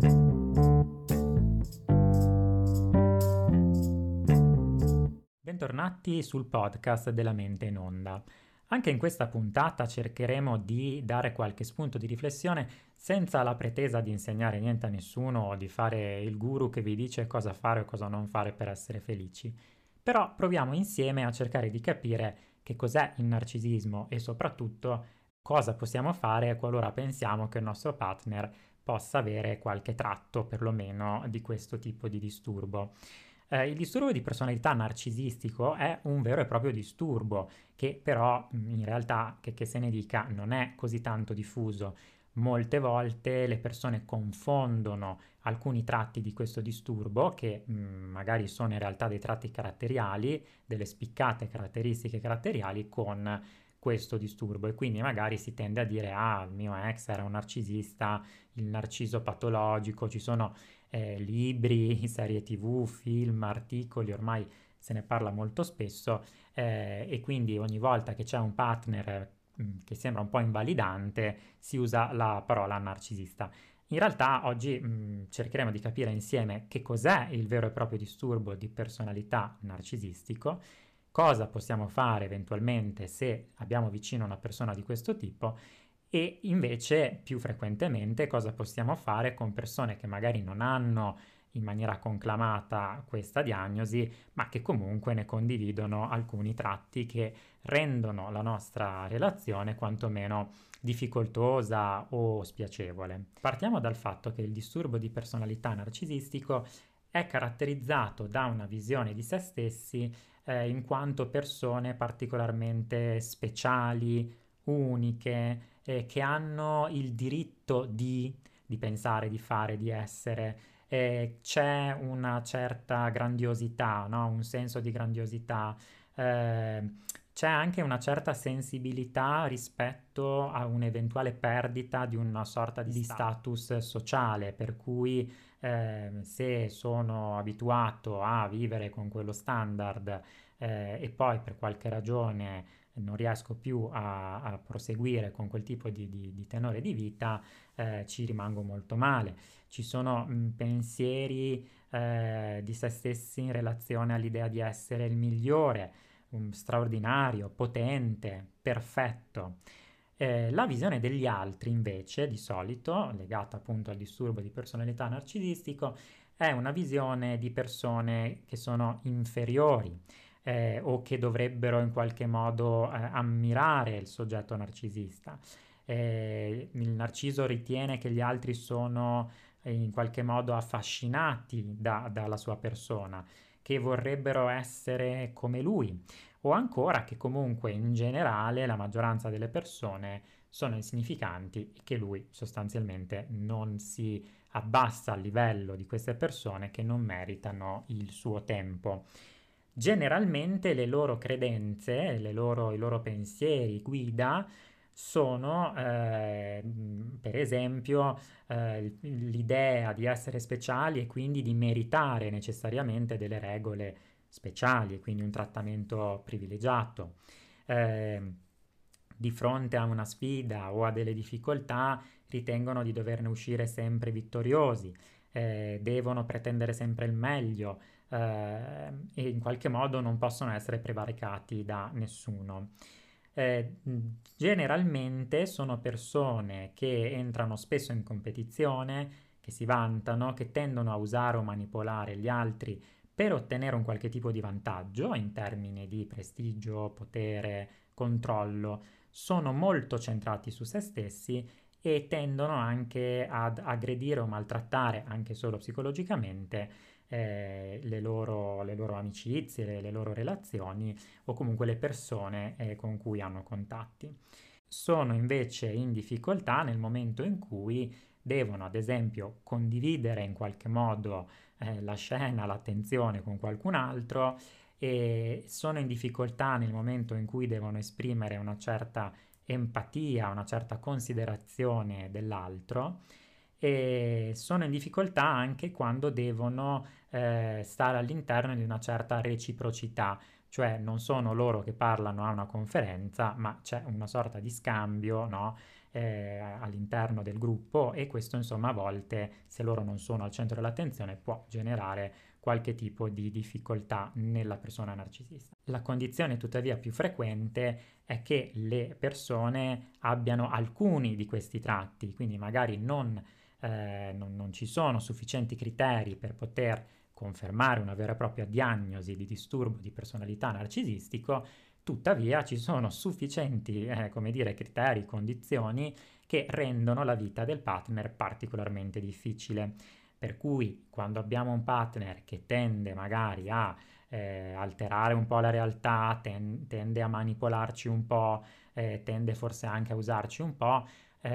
Bentornati sul podcast della Mente in Onda. Anche in questa puntata cercheremo di dare qualche spunto di riflessione senza la pretesa di insegnare niente a nessuno o di fare il guru che vi dice cosa fare o cosa non fare per essere felici. Però proviamo insieme a cercare di capire che cos'è il narcisismo e soprattutto cosa possiamo fare qualora pensiamo che il nostro partner possa avere qualche tratto perlomeno di questo tipo di disturbo. Il disturbo di personalità narcisistico è un vero e proprio disturbo che però in realtà, che se ne dica, non è così tanto diffuso. Molte volte le persone confondono alcuni tratti di questo disturbo, che magari sono in realtà dei tratti caratteriali, delle spiccate caratteristiche caratteriali, con questo disturbo, e quindi magari si tende a dire il mio ex era un narcisista, il narciso patologico. Ci sono libri, serie tv, film, articoli, ormai se ne parla molto spesso, e quindi ogni volta che c'è un partner che sembra un po' invalidante si usa la parola narcisista. In realtà oggi cercheremo di capire insieme che cos'è il vero e proprio disturbo di personalità narcisistico, cosa possiamo fare eventualmente se abbiamo vicino una persona di questo tipo, e invece più frequentemente cosa possiamo fare con persone che magari non hanno in maniera conclamata questa diagnosi, ma che comunque ne condividono alcuni tratti che rendono la nostra relazione quantomeno difficoltosa o spiacevole. Partiamo dal fatto che il disturbo di personalità narcisistico è caratterizzato da una visione di se stessi in quanto persone particolarmente speciali, uniche, che hanno il diritto di pensare, di fare, di essere. C'è una certa grandiosità, no? Un senso di grandiosità. eh, C'è anche una certa sensibilità rispetto a un'eventuale perdita di una sorta di status sociale, per cui se sono abituato a vivere con quello standard e poi per qualche ragione non riesco più a proseguire con quel tipo di tenore di vita, ci rimango molto male. Ci sono pensieri di se stessi in relazione all'idea di essere il migliore, straordinario, potente, perfetto. La visione degli altri invece, di solito, legata appunto al disturbo di personalità narcisistico, è una visione di persone che sono inferiori, o che dovrebbero in qualche modo ammirare il soggetto narcisista. Il narciso ritiene che gli altri sono in qualche modo affascinati dalla sua persona, che vorrebbero essere come lui, o ancora che comunque in generale la maggioranza delle persone sono insignificanti e che lui sostanzialmente non si abbassa al livello di queste persone che non meritano il suo tempo. Generalmente le loro credenze, i loro pensieri guida sono, per esempio, l'idea di essere speciali e quindi di meritare necessariamente delle regole speciali e quindi un trattamento privilegiato. Eh, di fronte a una sfida o a delle difficoltà ritengono di doverne uscire sempre vittoriosi, devono pretendere sempre il meglio, e in qualche modo non possono essere prevaricati da nessuno. Generalmente sono persone che entrano spesso in competizione, che si vantano, che tendono a usare o manipolare gli altri per ottenere un qualche tipo di vantaggio in termini di prestigio, potere, controllo. Sono molto centrati su se stessi e tendono anche ad aggredire o maltrattare, anche solo psicologicamente, le loro amicizie, le loro relazioni o comunque le persone con cui hanno contatti. Sono invece in difficoltà nel momento in cui devono, ad esempio, condividere in qualche modo la scena, l'attenzione con qualcun altro, e sono in difficoltà nel momento in cui devono esprimere una certa empatia, una certa considerazione dell'altro, e sono in difficoltà anche quando devono stare all'interno di una certa reciprocità, cioè non sono loro che parlano a una conferenza, ma c'è una sorta di scambio, no? all'interno del gruppo, e questo insomma a volte, se loro non sono al centro dell'attenzione, può generare qualche tipo di difficoltà nella persona narcisista. La condizione tuttavia più frequente è che le persone abbiano alcuni di questi tratti, quindi magari non ci sono sufficienti criteri per poter confermare una vera e propria diagnosi di disturbo di personalità narcisistico, tuttavia ci sono sufficienti, criteri, condizioni che rendono la vita del partner particolarmente difficile. Per cui quando abbiamo un partner che tende magari a alterare un po' la realtà, tende a manipolarci un po', tende forse anche a usarci un po',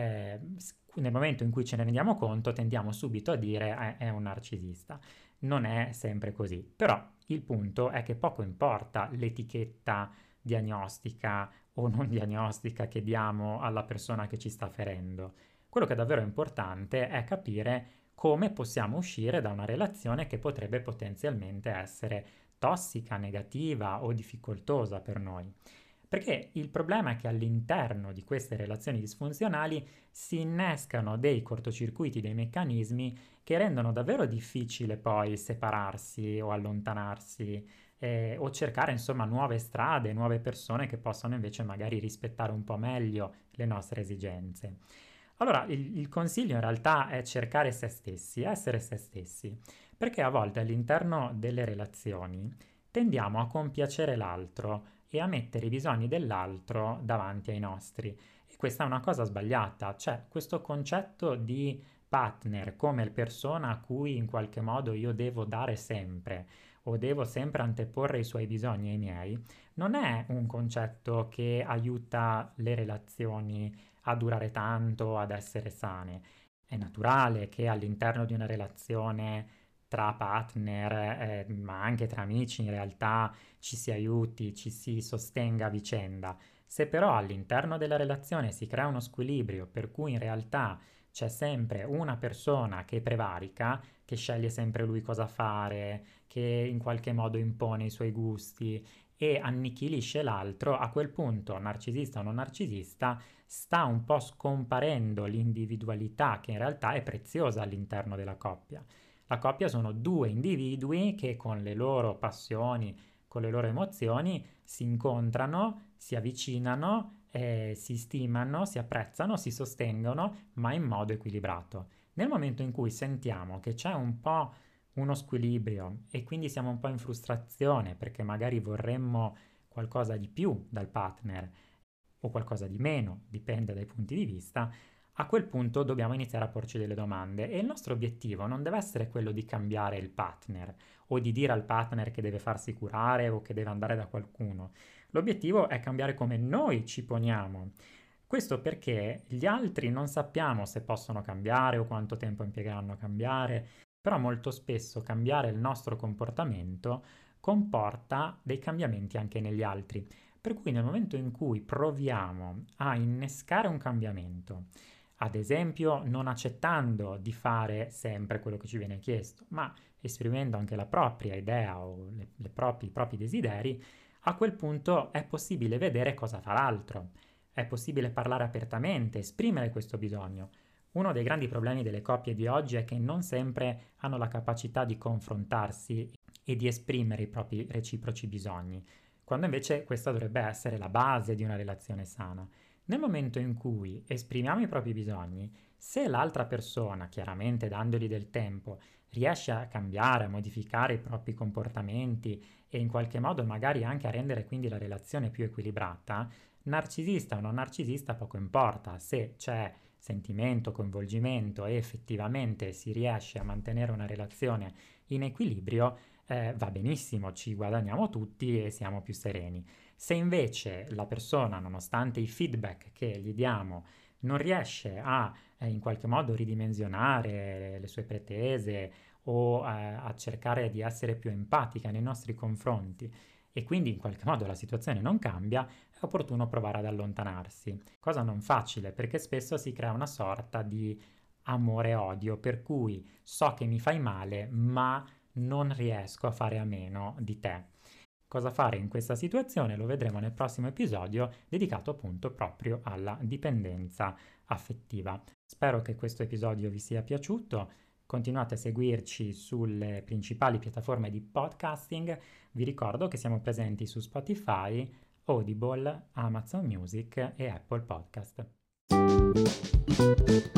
nel momento in cui ce ne rendiamo conto tendiamo subito a dire è un narcisista. Non è sempre così, però il punto è che poco importa l'etichetta diagnostica o non diagnostica che diamo alla persona che ci sta ferendo. Quello che è davvero importante è capire come possiamo uscire da una relazione che potrebbe potenzialmente essere tossica, negativa o difficoltosa per noi. Perché il problema è che all'interno di queste relazioni disfunzionali si innescano dei cortocircuiti, dei meccanismi che rendono davvero difficile poi separarsi o allontanarsi, o cercare insomma nuove strade, nuove persone che possano invece magari rispettare un po' meglio le nostre esigenze. Allora, il consiglio in realtà è cercare se stessi, essere se stessi, perché a volte all'interno delle relazioni tendiamo a compiacere l'altro e a mettere i bisogni dell'altro davanti ai nostri. E questa è una cosa sbagliata, cioè questo concetto di partner come persona a cui in qualche modo io devo dare sempre o devo sempre anteporre i suoi bisogni ai miei, non è un concetto che aiuta le relazioni a durare tanto, ad essere sane. È naturale che all'interno di una relazione tra partner, ma anche tra amici, in realtà ci si aiuti, ci si sostenga a vicenda. Se però all'interno della relazione si crea uno squilibrio per cui in realtà c'è sempre una persona che prevarica, che sceglie sempre lui cosa fare, che in qualche modo impone i suoi gusti e annichilisce l'altro, a quel punto, narcisista o non narcisista, sta un po' scomparendo l'individualità che in realtà è preziosa all'interno della coppia. La coppia sono due individui che con le loro passioni, con le loro emozioni si incontrano, si avvicinano, si stimano, si apprezzano, si sostengono, ma in modo equilibrato. Nel momento in cui sentiamo che c'è un po' uno squilibrio e quindi siamo un po' in frustrazione perché magari vorremmo qualcosa di più dal partner o qualcosa di meno, dipende dai punti di vista, a quel punto dobbiamo iniziare a porci delle domande e il nostro obiettivo non deve essere quello di cambiare il partner o di dire al partner che deve farsi curare o che deve andare da qualcuno. L'obiettivo è cambiare come noi ci poniamo. Questo perché gli altri non sappiamo se possono cambiare o quanto tempo impiegheranno a cambiare, però molto spesso cambiare il nostro comportamento comporta dei cambiamenti anche negli altri. Per cui nel momento in cui proviamo a innescare un cambiamento, ad esempio non accettando di fare sempre quello che ci viene chiesto, ma esprimendo anche la propria idea o i propri desideri, a quel punto è possibile vedere cosa fa l'altro, è possibile parlare apertamente, esprimere questo bisogno. Uno dei grandi problemi delle coppie di oggi è che non sempre hanno la capacità di confrontarsi e di esprimere i propri reciproci bisogni, quando invece questa dovrebbe essere la base di una relazione sana. Nel momento in cui esprimiamo i propri bisogni, se l'altra persona, chiaramente dandogli del tempo, riesce a cambiare, a modificare i propri comportamenti e in qualche modo magari anche a rendere quindi la relazione più equilibrata, narcisista o non narcisista poco importa, se c'è sentimento, coinvolgimento e effettivamente si riesce a mantenere una relazione in equilibrio, va benissimo, ci guadagniamo tutti e siamo più sereni. Se invece la persona, nonostante i feedback che gli diamo, non riesce a in qualche modo ridimensionare le sue pretese o a cercare di essere più empatica nei nostri confronti e quindi in qualche modo la situazione non cambia, è opportuno provare ad allontanarsi. Cosa non facile perché spesso si crea una sorta di amore-odio per cui so che mi fai male ma non riesco a fare a meno di te. Cosa fare in questa situazione lo vedremo nel prossimo episodio dedicato appunto proprio alla dipendenza affettiva. Spero che questo episodio vi sia piaciuto. Continuate a seguirci sulle principali piattaforme di podcasting. Vi ricordo che siamo presenti su Spotify, Audible, Amazon Music e Apple Podcast.